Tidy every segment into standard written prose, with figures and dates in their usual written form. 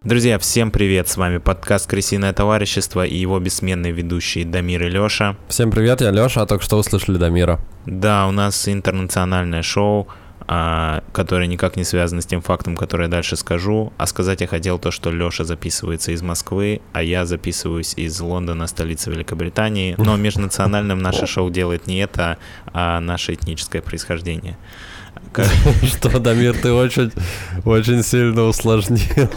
Друзья, всем привет! С вами подкаст «Крысиное товарищество» и его бессменные ведущие Дамир и Лёша. Всем привет, я Лёша, а только что услышали Дамира. Да, у нас интернациональное шоу, которое никак не связано с тем фактом, который я дальше скажу. А сказать я хотел то, что Лёша записывается из Москвы, а я записываюсь из Лондона, столицы Великобритании. Но межнациональным наше шоу делает не это, а наше этническое происхождение. Что, Дамир, ты очень сильно усложнил.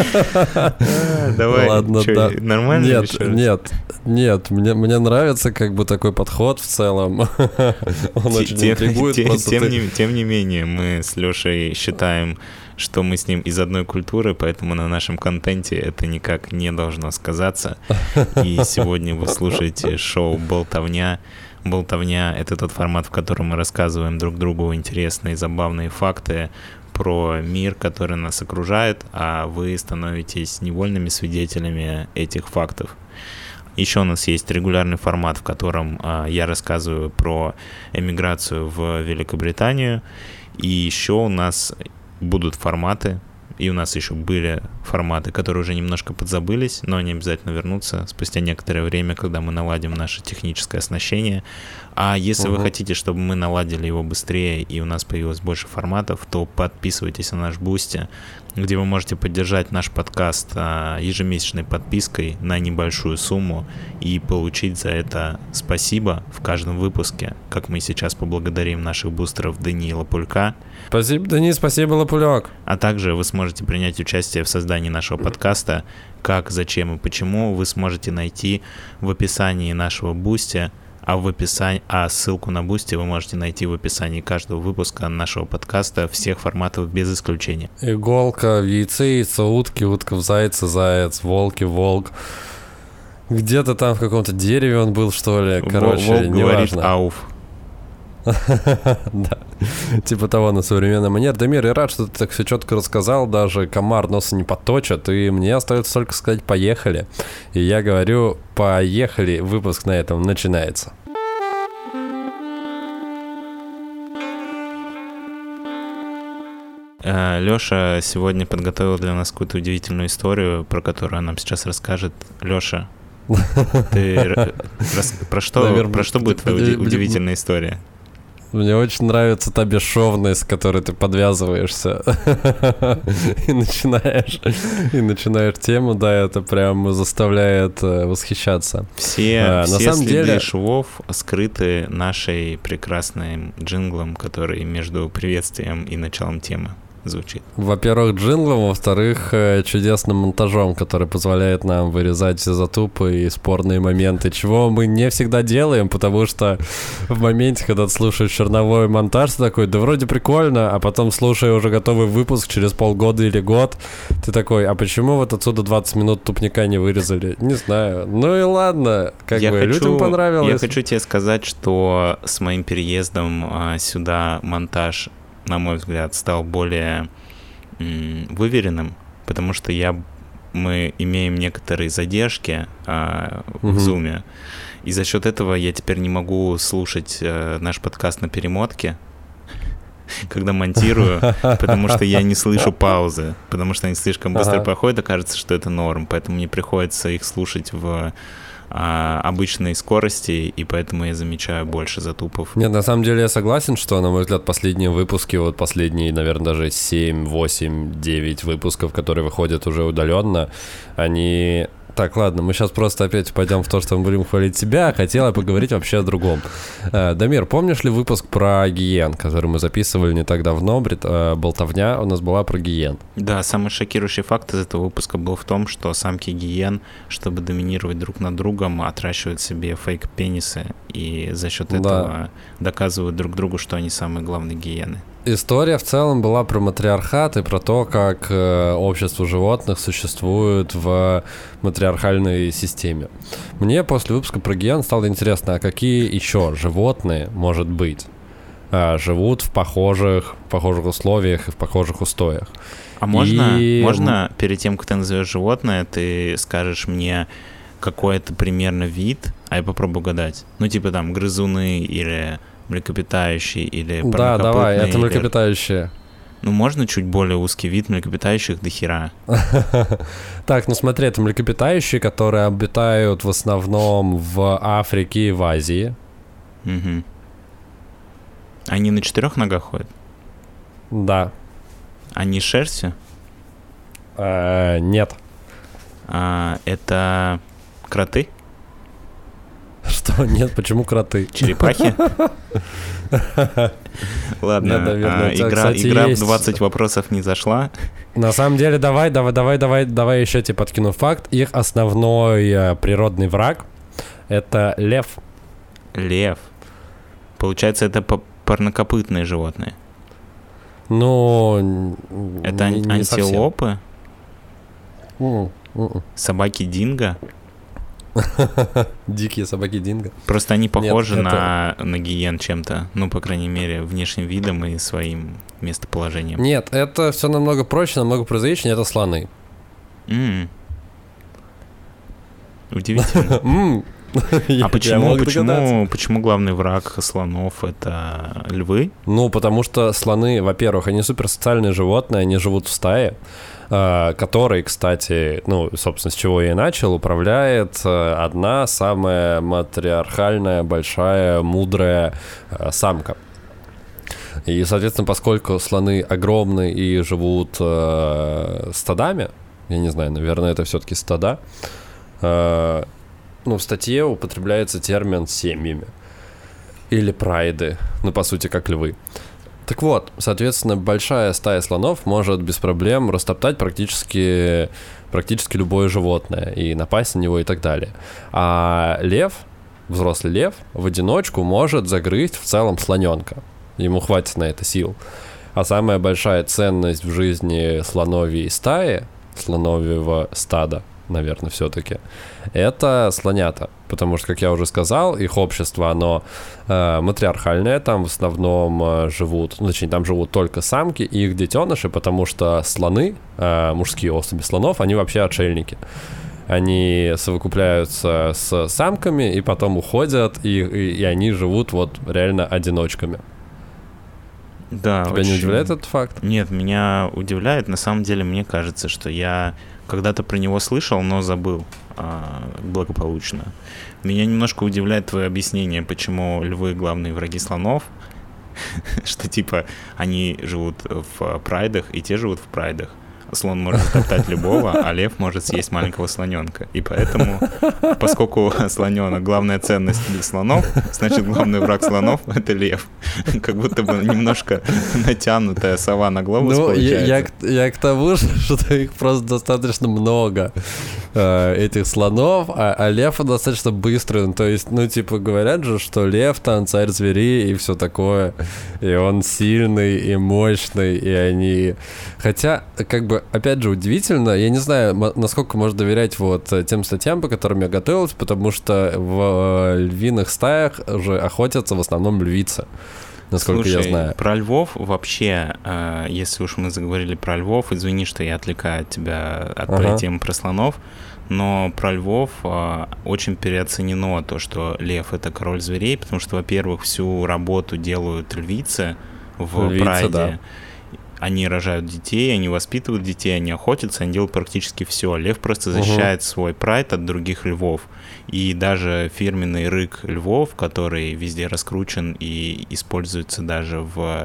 Давай, ладно, да. Нормально? Нет, мне нравится как бы такой подход в целом. Он очень интригует. Тем не менее, мы с Лешей считаем, что мы с ним из одной культуры, поэтому на нашем контенте это никак не должно сказаться. И сегодня вы слушаете шоу «Болтовня». Болтовня — это тот формат, в котором мы рассказываем друг другу интересные, забавные факты про мир, который нас окружает, а вы становитесь невольными свидетелями этих фактов. Еще у нас есть регулярный формат, в котором я рассказываю про эмиграцию в Великобританию, и еще у нас будут форматы, и у нас еще были форматы, которые уже немножко подзабылись, но они обязательно вернутся спустя некоторое время, когда мы наладим наше техническое оснащение. А если вы хотите, чтобы мы наладили его быстрее и у нас появилось больше форматов, то подписывайтесь на наш Boosty, где вы можете поддержать наш подкаст ежемесячной подпиской на небольшую сумму и получить за это спасибо в каждом выпуске, как мы сейчас поблагодарим наших бустеров Даниила Пулька. Спасибо, Даниил, спасибо, Лапулек. А также вы сможете принять участие в создании нашего подкаста. Как, зачем и почему вы сможете найти в описании нашего Boosty, а ссылку на Boosty вы можете найти в описании каждого выпуска нашего подкаста всех форматов без исключения. Иголка в яйце, яйцо утки, утка в зайце, заяц, волки, волк. Где-то там в каком-то дереве он был, что ли. Короче, волк неважно. Говорит ауф. Да, типа того, на современный манер. Дамир, я рад, что ты так все четко рассказал, даже комар носа не подточит, и мне остается только сказать «поехали». И я говорю «поехали», выпуск на этом начинается. Лёша сегодня подготовил для нас какую-то удивительную историю, про которую он нам сейчас расскажет. Лёша, про что будет твоя удивительная история? Мне очень нравится та бесшовность, с которой ты подвязываешься и начинаешь тему, да, это прям заставляет восхищаться. Все следы швов скрыты нашей прекрасным джинглом, который между приветствием и началом темы звучит. Во-первых, джинглом, во-вторых, чудесным монтажом, который позволяет нам вырезать все затупы и спорные моменты, чего мы не всегда делаем, потому что в моменте, когда ты слушаешь черновой монтаж, ты такой, да вроде прикольно, а потом, слушая уже готовый выпуск через полгода или год, ты такой, а почему вот отсюда 20 минут тупника не вырезали? Не знаю. Ну и ладно, людям понравилось. Я хочу тебе сказать, что с моим переездом сюда монтаж, на мой взгляд, стал более выверенным, потому что мы имеем некоторые задержки в Zoom, и за счет этого я теперь не могу слушать наш подкаст на перемотке, когда монтирую, потому что я не слышу паузы, потому что они слишком быстро проходят, и кажется, что это норм, поэтому мне приходится их слушать в обычной скорости, и поэтому я замечаю больше затупов. Нет, на самом деле я согласен, что, на мой взгляд, последние выпуски, вот последние, наверное, даже 7, 8, 9 выпусков, которые выходят уже удаленно, они... Так, ладно, мы сейчас просто опять пойдем в то, что мы будем хвалить себя, а хотела поговорить вообще о другом. Дамир, помнишь ли выпуск про гиен, который мы записывали не так давно, болтовня у нас была про гиен? Да, самый шокирующий факт из этого выпуска был в том, что самки гиен, чтобы доминировать друг над другом, отращивают себе фейк-пенисы и за счет этого доказывают друг другу, что они самые главные гиены. История в целом была про матриархат и про то, как общество животных существует в матриархальной системе. Мне после выпуска про гиен стало интересно, а какие еще животные, может быть, живут в похожих условиях и в похожих устоях. А можно перед тем, как ты назовешь животное, ты скажешь мне какой-то примерно вид, а я попробую угадать. Ну, типа там грызуны или... млекопитающие или парнокопытные. Да, давай, это млекопитающие. Ну, можно чуть более узкий вид млекопитающих до хера. Так, ну смотри, это млекопитающие, которые обитают в основном в Африке и в Азии. Угу. Они на 4 ногах ходят? Да. Они с шерстью? Нет. Это кроты? Что? Нет, почему кроты? Черепахи? Ладно, игра в 20 вопросов не зашла. На самом деле, давай еще тебе подкину факт. Их основной природный враг — это лев. Лев. Получается, это парнокопытные животные. Ну, это антилопы? Собаки динго? Дикие собаки динго. Просто они похожи на гиен чем-то. Ну, по крайней мере, внешним видом и своим местоположением. Нет, это все намного проще, намного прозаичнее. Это слоны. Удивительно. А почему главный враг слонов — это львы? Ну, потому что слоны, во-первых, они суперсоциальные животные, они живут в стае, которой, кстати, ну, собственно, с чего я и начал, управляет одна самая матриархальная, большая, мудрая самка. И, соответственно, поскольку слоны огромны и живут стадами, я не знаю, наверное, это все-таки стада, ну, в статье употребляется термин «семьями» или прайды, ну, по сути, как львы. Так вот, соответственно, большая стая слонов может без проблем растоптать практически любое животное и напасть на него и так далее. А лев, взрослый лев, в одиночку может загрызть в целом слоненка. Ему хватит на это сил. А самая большая ценность в жизни слоновьей стаи, слоновьего стада, наверное, все-таки, это слонята. Потому что, как я уже сказал, их общество, оно матриархальное, там в основном живут, ну, точнее, там живут только самки и их детеныши, потому что слоны, мужские особи слонов, они вообще отшельники. Они совокупляются с самками и потом уходят, и они живут вот реально одиночками. Да, Тебя не удивляет этот факт? Нет, меня удивляет. На самом деле, мне кажется, что я когда-то про него слышал, но забыл благополучно. Меня немножко удивляет твое объяснение, почему львы главные враги слонов. Что типа они живут в прайдах, и те живут в прайдах. Слон может топтать любого, а лев может съесть маленького слоненка. И поэтому, поскольку слоненок — главная ценность для слонов, значит, главный враг слонов — это лев. Как будто бы немножко натянутая сова на глобус получается. Я к тому, что их просто достаточно много, этих слонов, а лев достаточно быстрый. То есть, ну, типа, говорят же, что лев там царь зверей и все такое. И он сильный и мощный, и они... Хотя, как бы, опять же, удивительно, я не знаю, насколько можно доверять вот тем статьям, по которым я готовился, потому что в львиных стаях же охотятся в основном львицы, насколько я знаю. Про львов вообще, если уж мы заговорили про львов, извини, что я отвлекаю тебя от темы про слонов, но про львов очень переоценено то, что лев — это король зверей, потому что, во-первых, всю работу делают львицы в прайде. Да. Они рожают детей, они воспитывают детей, они охотятся, они делают практически все. Лев просто защищает свой прайд от других львов. И даже фирменный рык львов, который везде раскручен и используется даже в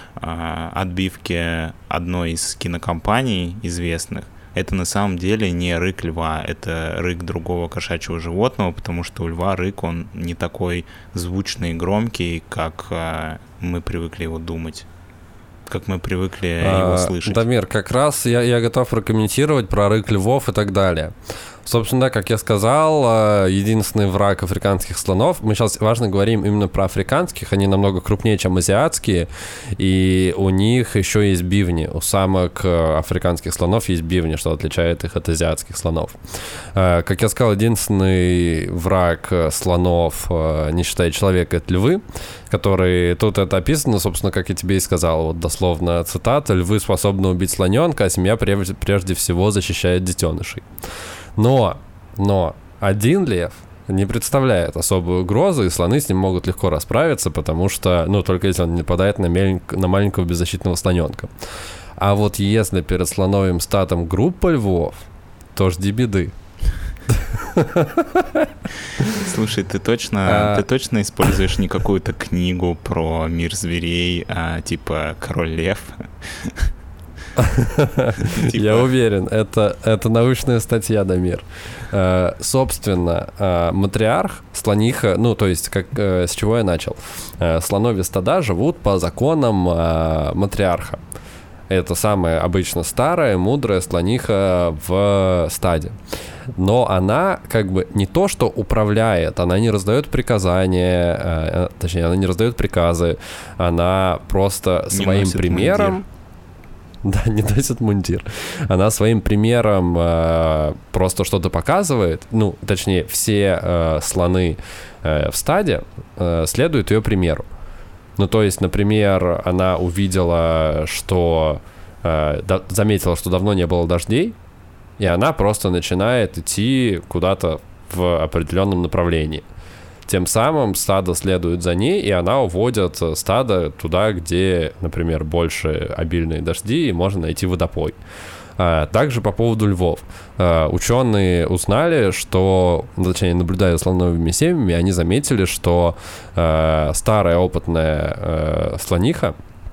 отбивке одной из кинокомпаний известных, это на самом деле не рык льва, это рык другого кошачьего животного, потому что у льва рык, он не такой звучный и громкий, как мы привыкли его думать. Как мы привыкли его слышать. Дамир, как раз я готов прокомментировать про рык львов и так далее. Собственно, да, как я сказал, единственный враг африканских слонов, мы сейчас важно говорим именно про африканских, они намного крупнее, чем азиатские, и у них еще есть бивни. У самок африканских слонов есть бивни, что отличает их от азиатских слонов. Как я сказал, единственный враг слонов, не считая человека, это львы, которые, тут это описано, собственно, как я тебе и сказал, вот дословно цитата: «Львы способны убить слоненка, а семья прежде всего защищает детенышей». Но один лев не представляет особой угрозы, и слоны с ним могут легко расправиться, потому что, только если он не нападает на маленького беззащитного слоненка. А вот если перед слоновым стадом группа львов, то жди беды. Слушай, ты точно используешь не какую-то книгу про мир зверей, а типа «Король лев»? Я уверен, это научная статья, Дамир. Собственно, матриарх, слониха, то есть, с чего я начал? Слоновьи стада живут по законам матриарха. Это самая обычно старая, мудрая слониха в стаде. Но она не то, что управляет, она не раздает приказания, точнее, она не раздает приказы, она просто своим примером... Да, не носит мундир. Она своим примером просто что-то показывает. Точнее, все слоны в стаде следуют ее примеру. То есть, например, она увидела, что... заметила, что давно не было дождей, и она просто начинает идти куда-то в определенном направлении. Тем самым стадо следует за ней, и она уводит стадо туда, где, например, больше обильные дожди, и можно найти водопой. Также по поводу львов. Ученые узнали, что, точнее, наблюдая за слоновыми семьями, они заметили, что старая опытная слониха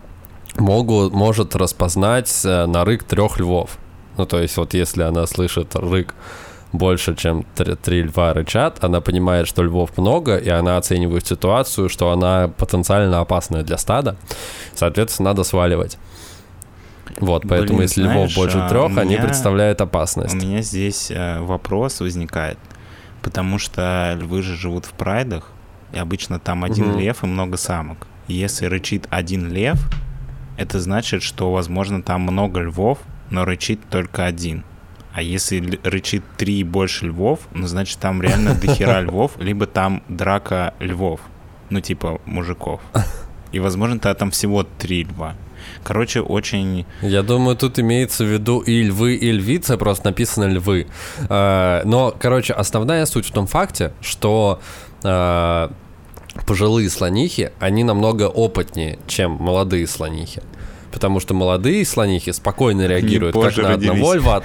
может распознать на рык 3 львов. То есть вот если она слышит рык больше, чем 3 льва рычат, она понимает, что львов много, и она оценивает ситуацию, что она потенциально опасная для стада. Соответственно, надо сваливать. Поэтому если львов больше 3, они представляют опасность. У меня здесь вопрос возникает, потому что львы же живут в прайдах, и обычно там один лев и много самок. И если рычит один лев, это значит, что, возможно, там много львов, но рычит только один. А если рычит 3 и больше львов, значит, там реально дохера львов, либо там драка львов, типа мужиков. И, возможно, там всего 3 льва. Короче, очень... Я думаю, тут имеется в виду и львы, и львицы, просто написано львы. Но, основная суть в том факте, что пожилые слонихи, они намного опытнее, чем молодые слонихи. Потому что молодые слонихи спокойно реагируют как на одного льва,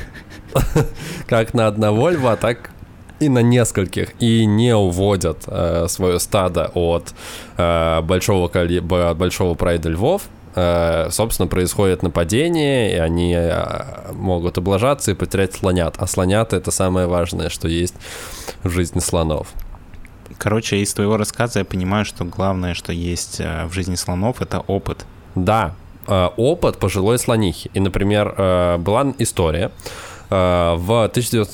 так и на нескольких, и не уводят свое стадо от большого прайда львов. Собственно, происходит нападение, и они могут облажаться и потерять слонят. А слонята — это самое важное, что есть в жизни слонов. Короче, из твоего рассказа я понимаю, что главное, что есть в жизни слонов, это опыт. Да, опыт пожилой слонихи. И, например, была история. В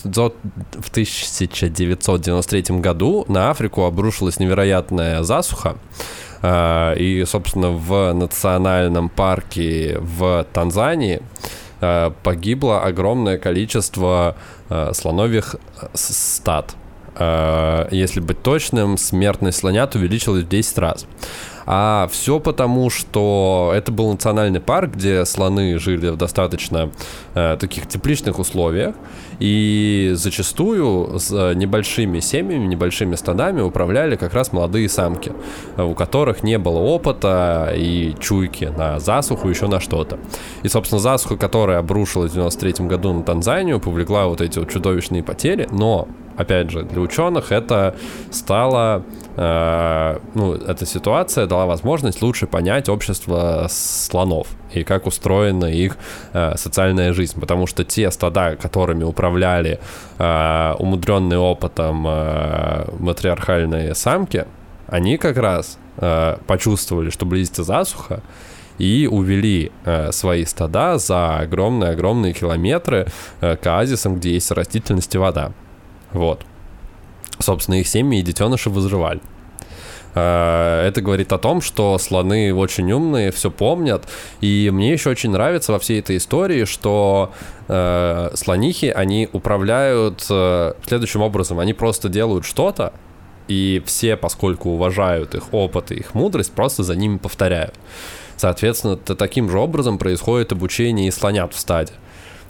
1993 году на Африку обрушилась невероятная засуха. И, собственно, в национальном парке в Танзании погибло огромное количество слоновьих стад. Если быть точным, смертность слонят увеличилась в 10 раз. А все потому, что это был национальный парк, где слоны жили в достаточно таких тепличных условиях, и зачастую с небольшими семьями, небольшими стадами управляли как раз молодые самки, у которых не было опыта и чуйки на засуху, еще на что-то. И, собственно, засуха, которая обрушилась в 1993 году на Танзанию, повлекла вот эти вот чудовищные потери, но, опять же, для ученых это стало... эта ситуация дала возможность лучше понять общество слонов и как устроена их социальная жизнь, потому что те стада, которыми управляли умудренные опытом матриархальные самки, они как раз почувствовали, что близится засуха, и увели свои стада за огромные-огромные километры к оазисам, где есть растительность и вода. Вот. Собственно, их семьи и детеныши выживали. Это говорит о том, что слоны очень умные, все помнят. И мне еще очень нравится во всей этой истории, что слонихи, они управляют следующим образом. Они просто делают что-то, и все, поскольку уважают их опыт и их мудрость, просто за ними повторяют. Соответственно, таким же образом происходит обучение и слонят в стаде.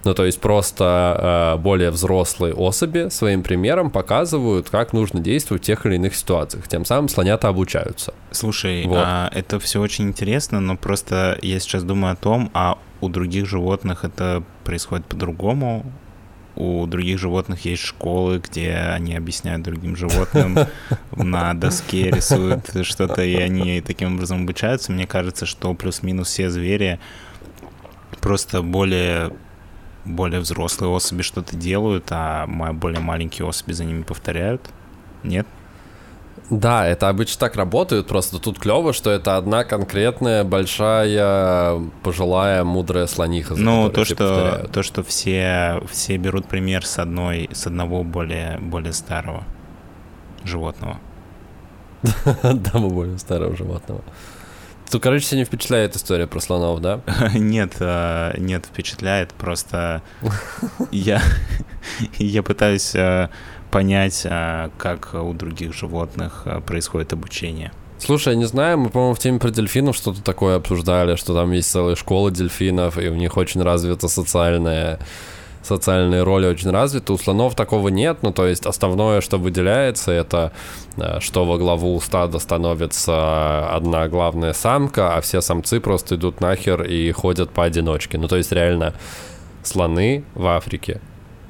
Ну, то есть просто более взрослые особи своим примером показывают, как нужно действовать в тех или иных ситуациях. Тем самым слонята обучаются. Слушай, это все очень интересно, но просто я сейчас думаю о том, а у других животных это происходит по-другому. У других животных есть школы, где они объясняют другим животным, на доске рисуют что-то, и они таким образом обучаются. Мне кажется, что плюс-минус все звери просто более взрослые особи что-то делают, а более маленькие особи за ними повторяют. Нет? Да, это обычно так работает, просто тут клево, что это одна конкретная большая, пожилая, мудрая слониха. Ну, то, что все берут пример с одного более старого животного. Да, более старого животного. Тут, короче, тебя не впечатляет история про слонов, да? Нет, впечатляет, просто я пытаюсь понять, как у других животных происходит обучение. Слушай, я не знаю, мы, по-моему, в теме про дельфинов что-то такое обсуждали, что там есть целая школа дельфинов, и у них очень развита социальные роли очень развиты. У слонов такого нет, ну, то есть основное, что выделяется, это что во главу стада становится одна главная самка, а все самцы просто идут нахер и ходят поодиночке. Ну, то есть реально слоны в Африке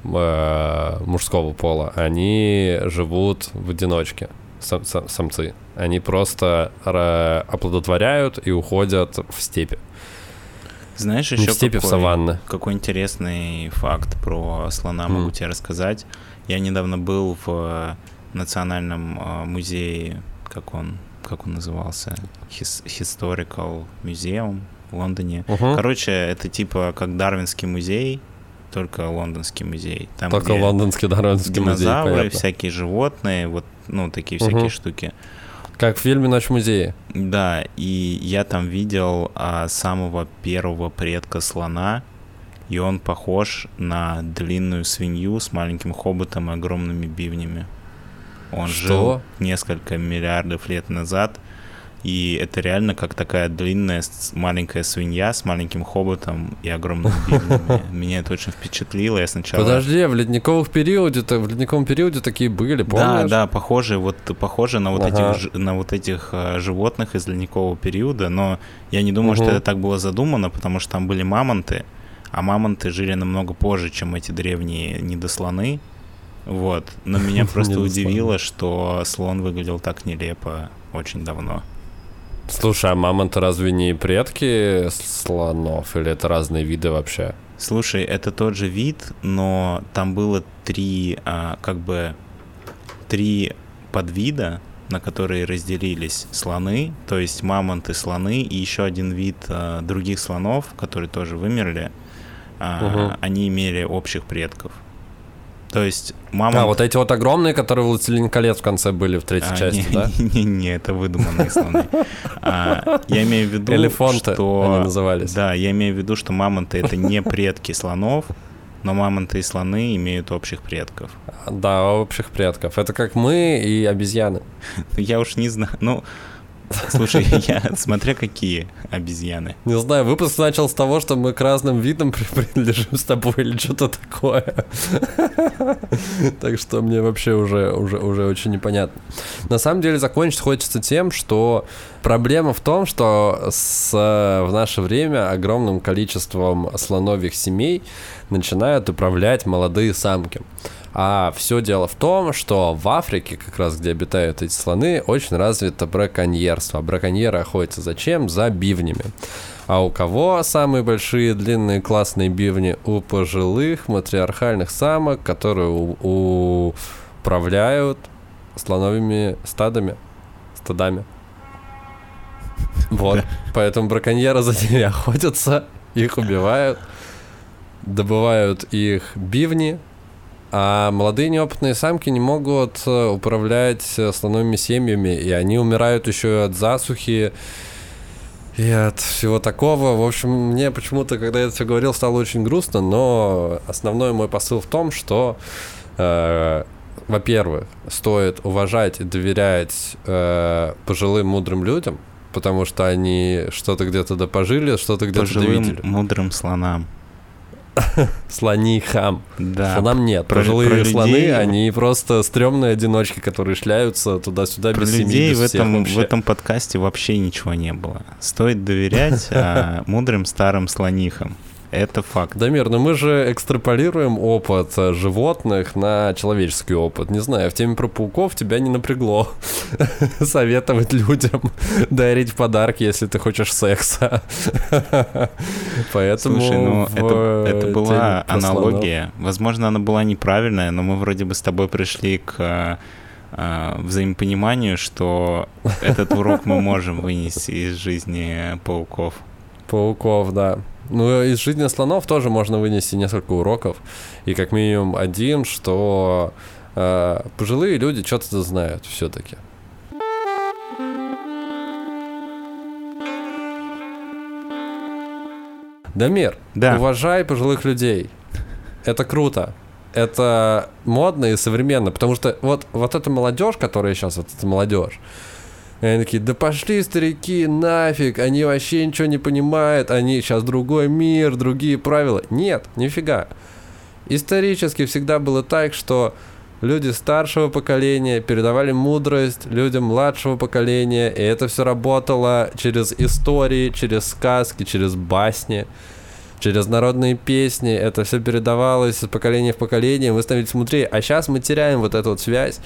мужского пола, они живут в одиночке, самцы. Они просто оплодотворяют и уходят в степи. Знаешь, еще какой интересный факт про слона могу тебе рассказать. Я недавно был в Национальном музее, как он назывался? Historical Museum в Лондоне. Короче, это типа как Дарвинский музей, только лондонский музей. Там, только лондонский Дарвинский музей, динозавры, всякие животные, вот, ну, такие всякие штуки. Как в фильме «Ночь в музее». Да, и я там видел самого первого предка слона, и он похож на длинную свинью с маленьким хоботом и огромными бивнями. Он жил несколько миллиардов лет назад, и это реально как такая длинная маленькая свинья с маленьким хоботом и огромными бивнями. Меня это очень впечатлило. Я сначала... Подожди, в ледниковом периоде такие были, помнишь? Да, похожи на вот этих животных из ледникового периода, но я не думаю, что это так было задумано, потому что там были мамонты, а мамонты жили намного позже, чем эти древние недослоны. Вот. Но меня просто удивило, что слон выглядел так нелепо очень давно. Слушай, а мамонты разве не предки слонов? Или это разные виды вообще? Слушай, это тот же вид, но там было три подвида, на которые разделились слоны, то есть мамонты, слоны и еще один вид других слонов, которые тоже вымерли, они имели общих предков. То есть мамонт... вот эти вот огромные, которые в «Властелине колец» в конце были в третьей части, да? Не, это выдуманные слоны. Я имею в виду, элефанты они назывались. Да, я имею в виду, что мамонты — это не предки слонов, но мамонты и слоны имеют общих предков. Да, общих предков. Это как мы и обезьяны. Я уж не знаю, слушай, смотря какие обезьяны. Не знаю, выпуск начал с того, что мы к разным видам принадлежим с тобой или что-то такое. Так что мне вообще уже очень непонятно. На самом деле закончить хочется тем, что проблема в том, что в наше время огромным количеством слоновьих семей начинают управлять молодые самки. А все дело в том, что в Африке, как раз где обитают эти слоны, очень развито браконьерство. Браконьеры охотятся зачем? За бивнями. А у кого самые большие, длинные, классные бивни? У пожилых матриархальных самок, которые управляют слоновыми стадами. Вот. Поэтому браконьеры за ними охотятся, их убивают, добывают их бивни. А молодые неопытные самки не могут управлять слоновыми семьями, и они умирают еще от засухи и от всего такого. В общем, мне почему-то, когда я это все говорил, стало очень грустно, но основной мой посыл в том, что, во-первых, стоит уважать и доверять пожилым мудрым людям, потому что они что-то где-то допожили, что-то где-то довидели. Пожилым мудрым слонам. Слонихам. Да. Слонам нет. Пожилые слоны, они просто стрёмные одиночки, которые шляются туда-сюда без семьи, без всех вообще. В этом подкасте вообще ничего не было. Стоит доверять мудрым старым слонихам. Это факт. Дамир, но мы же экстраполируем опыт животных на человеческий опыт. Не знаю, в теме про пауков тебя не напрягло советовать людям дарить подарки, если ты хочешь секса. Поэтому... Слушай, ну это была аналогия. Возможно, она была неправильная, но мы вроде бы с тобой пришли к взаимопониманию, что этот урок мы можем вынести из жизни пауков. Пауков, да. Ну, из жизни слонов тоже можно вынести несколько уроков. И как минимум один, что пожилые люди что-то знают все-таки. Дамир, уважай пожилых людей. Это круто. Это модно и современно. Потому что вот эта молодежь, которая сейчас, вот эта молодежь, и они такие, да пошли старики нафиг, они вообще ничего не понимают, они сейчас другой мир, другие правила. Нет, нифига. Исторически всегда было так, что люди старшего поколения передавали мудрость людям младшего поколения, и это все работало через истории, через сказки, через басни, через народные песни. Это все передавалось из поколения в поколение, мы становились мудрее. А сейчас мы теряем вот эту вот связь,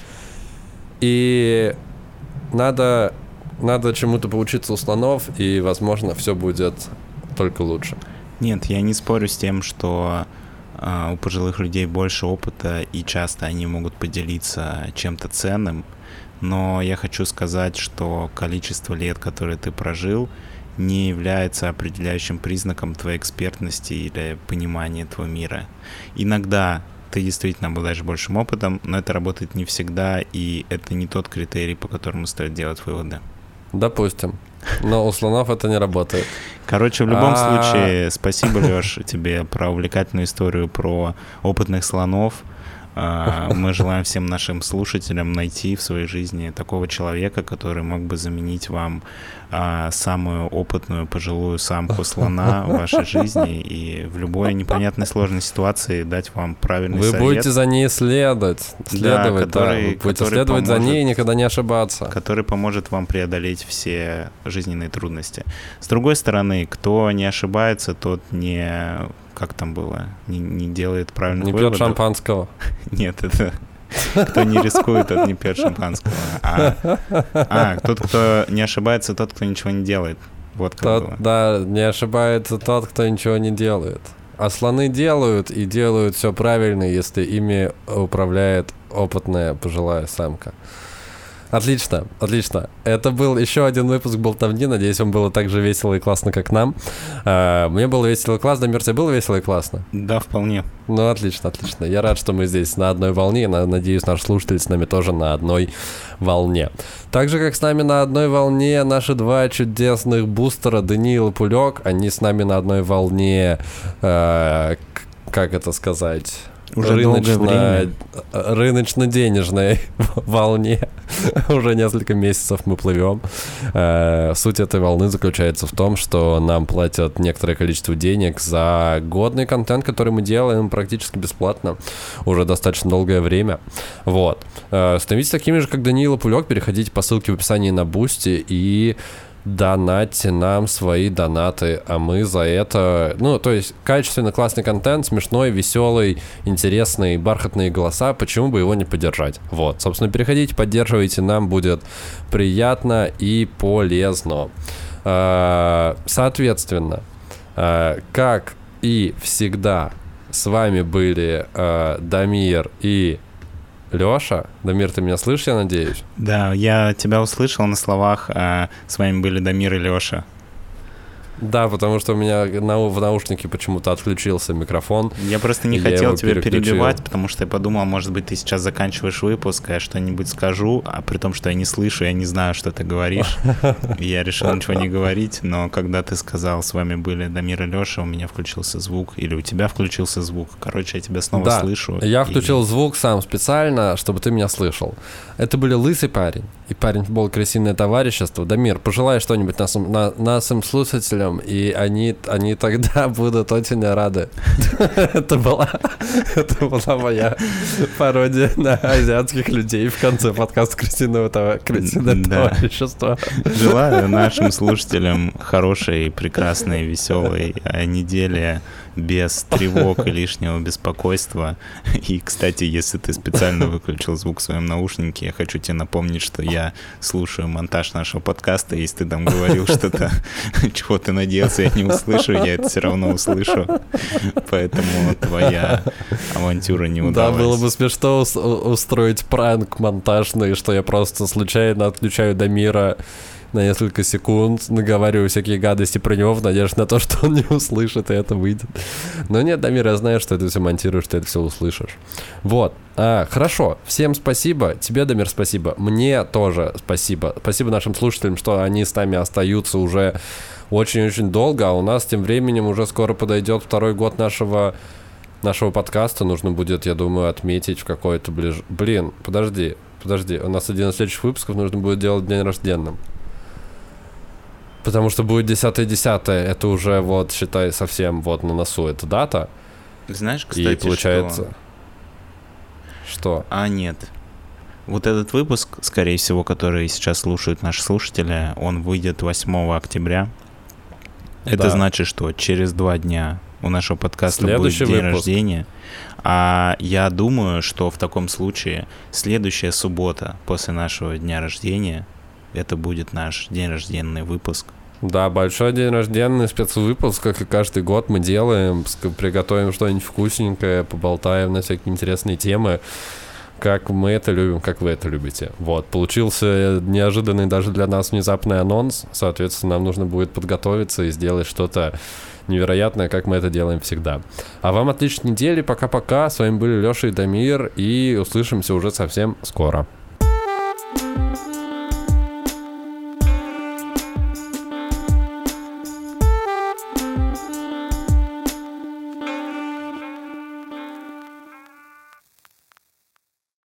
и... Надо чему-то поучиться у слонов, и, возможно, все будет только лучше. Нет, я не спорю с тем, что у пожилых людей больше опыта, и часто они могут поделиться чем-то ценным, но я хочу сказать, что количество лет, которые ты прожил, не является определяющим признаком твоей экспертности или понимания твоего мира. Иногда ты действительно обладаешь большим опытом, но это работает не всегда, и это не тот критерий, по которому стоит делать выводы. Допустим. Но у слонов это не работает. Короче, в любом случае, спасибо, Лёш, тебе про увлекательную историю про опытных слонов. Мы желаем всем нашим слушателям найти в своей жизни такого человека, который мог бы заменить вам самую опытную пожилую самку слона в вашей жизни и в любой непонятной сложной ситуации дать вам правильный совет. Вы будете за ней следовать. Вы будете следовать за ней и никогда не ошибаться. Который поможет вам преодолеть все жизненные трудности. С другой стороны, кто не ошибается, тот не... Как там было? Не делает правильных выводов. Не пьет шампанского. Нет, это... Кто не рискует, тот не пьет шампанского. Тот, кто не ошибается, тот, кто ничего не делает. Вот как было. Да, не ошибается тот, кто ничего не делает. А слоны делают, и делают все правильно, если ими управляет опытная пожилая самка. Отлично, отлично. Это был еще один выпуск болтовни. Надеюсь, вам было так же весело и классно, как нам. Мне было весело и классно. Дамир, тебе было весело и классно? Да, вполне. Ну, отлично, отлично. Я рад, что мы здесь на одной волне. Надеюсь, наш слушатель с нами тоже на одной волне. Так же, как с нами на одной волне наши два чудесных бустера, Даниил и Пулек. Они с нами на одной волне, как это сказать... Уже рыночно-денежной волне. Уже несколько месяцев мы плывем. Суть этой волны заключается в том, что нам платят некоторое количество денег за годный контент, который мы делаем практически бесплатно уже достаточно долгое время. Вот. Становитесь такими же, как Даниил и Пулек, переходите по ссылке в описании на Boosty и донатьте нам свои донаты, а мы за это... Ну, то есть, качественный, классный контент, смешной, веселый, интересный, бархатные голоса, почему бы его не поддержать? Вот, собственно, переходите, поддерживайте, нам будет приятно и полезно. Соответственно, как и всегда, с вами были Дамир и Лёша. Дамир, ты меня слышишь, я надеюсь? Да, я тебя услышал на словах. С вами были Дамир и Лёша. Да, потому что у меня в наушнике почему-то отключился микрофон. Я просто не хотел тебя перебивать, потому что я подумал, может быть, ты сейчас заканчиваешь выпуск, я что-нибудь скажу, а при том, что я не слышу, я не знаю, что ты говоришь. Я решил ничего не говорить, но когда ты сказал, с вами были Дамир и Лёша, у меня включился звук, или у тебя включился звук. Короче, я тебя снова слышу. Я включил звук сам специально, чтобы ты меня слышал. Это были Лысый парень и парень футбол «Крысиное товарищество». Дамир, пожелай что-нибудь нашим слушателям нам, и они тогда будут очень рады. Это была моя пародия на азиатских людей в конце подкаста «Крысиное товарищество». Желаю нашим слушателям хорошей, прекрасной, веселой недели без тревог и лишнего беспокойства. И, кстати, если ты специально выключил звук в своем наушнике, я хочу тебе напомнить, что я слушаю монтаж нашего подкаста. Если ты там говорил что-то, чего ты надеялся, я не услышу, я это все равно услышу. Поэтому твоя авантюра не удалась. Да, было бы смешно устроить пранк монтажный, что я просто случайно отключаю Дамира на несколько секунд, наговариваю всякие гадости про него в надежде на то, что он не услышит, и это выйдет. Но нет, Дамир, я знаю, что ты все монтируешь, ты это все услышишь. Вот. Хорошо. Всем спасибо. Тебе, Дамир, спасибо. Мне тоже спасибо. Спасибо нашим слушателям, что они с нами остаются уже очень-очень долго, а у нас тем временем уже скоро подойдет 2-й год нашего подкаста. Нужно будет, я думаю, отметить в какой-то Блин, подожди. У нас один из следующих выпусков нужно будет делать день рожденным. Потому что будет 10-10, это уже вот, считай, совсем вот на носу эта дата. Знаешь, кстати, и получается... Что? Нет. Вот этот выпуск, скорее всего, который сейчас слушают наши слушатели, он выйдет 8 октября. Это значит, что через 2 дня у нашего подкаста будет день рождения. А я думаю, что в таком случае следующая суббота после нашего дня рождения это будет наш день рожденный выпуск. Да, большой день рожденный спецвыпуск, как и каждый год мы делаем. Приготовим что-нибудь вкусненькое, поболтаем на всякие интересные темы. Как мы это любим, как вы это любите. Вот, получился неожиданный даже для нас внезапный анонс. Соответственно, нам нужно будет подготовиться и сделать что-то невероятное, как мы это делаем всегда. А вам отличной недели, пока-пока. С вами были Леша и Дамир, и услышимся уже совсем скоро.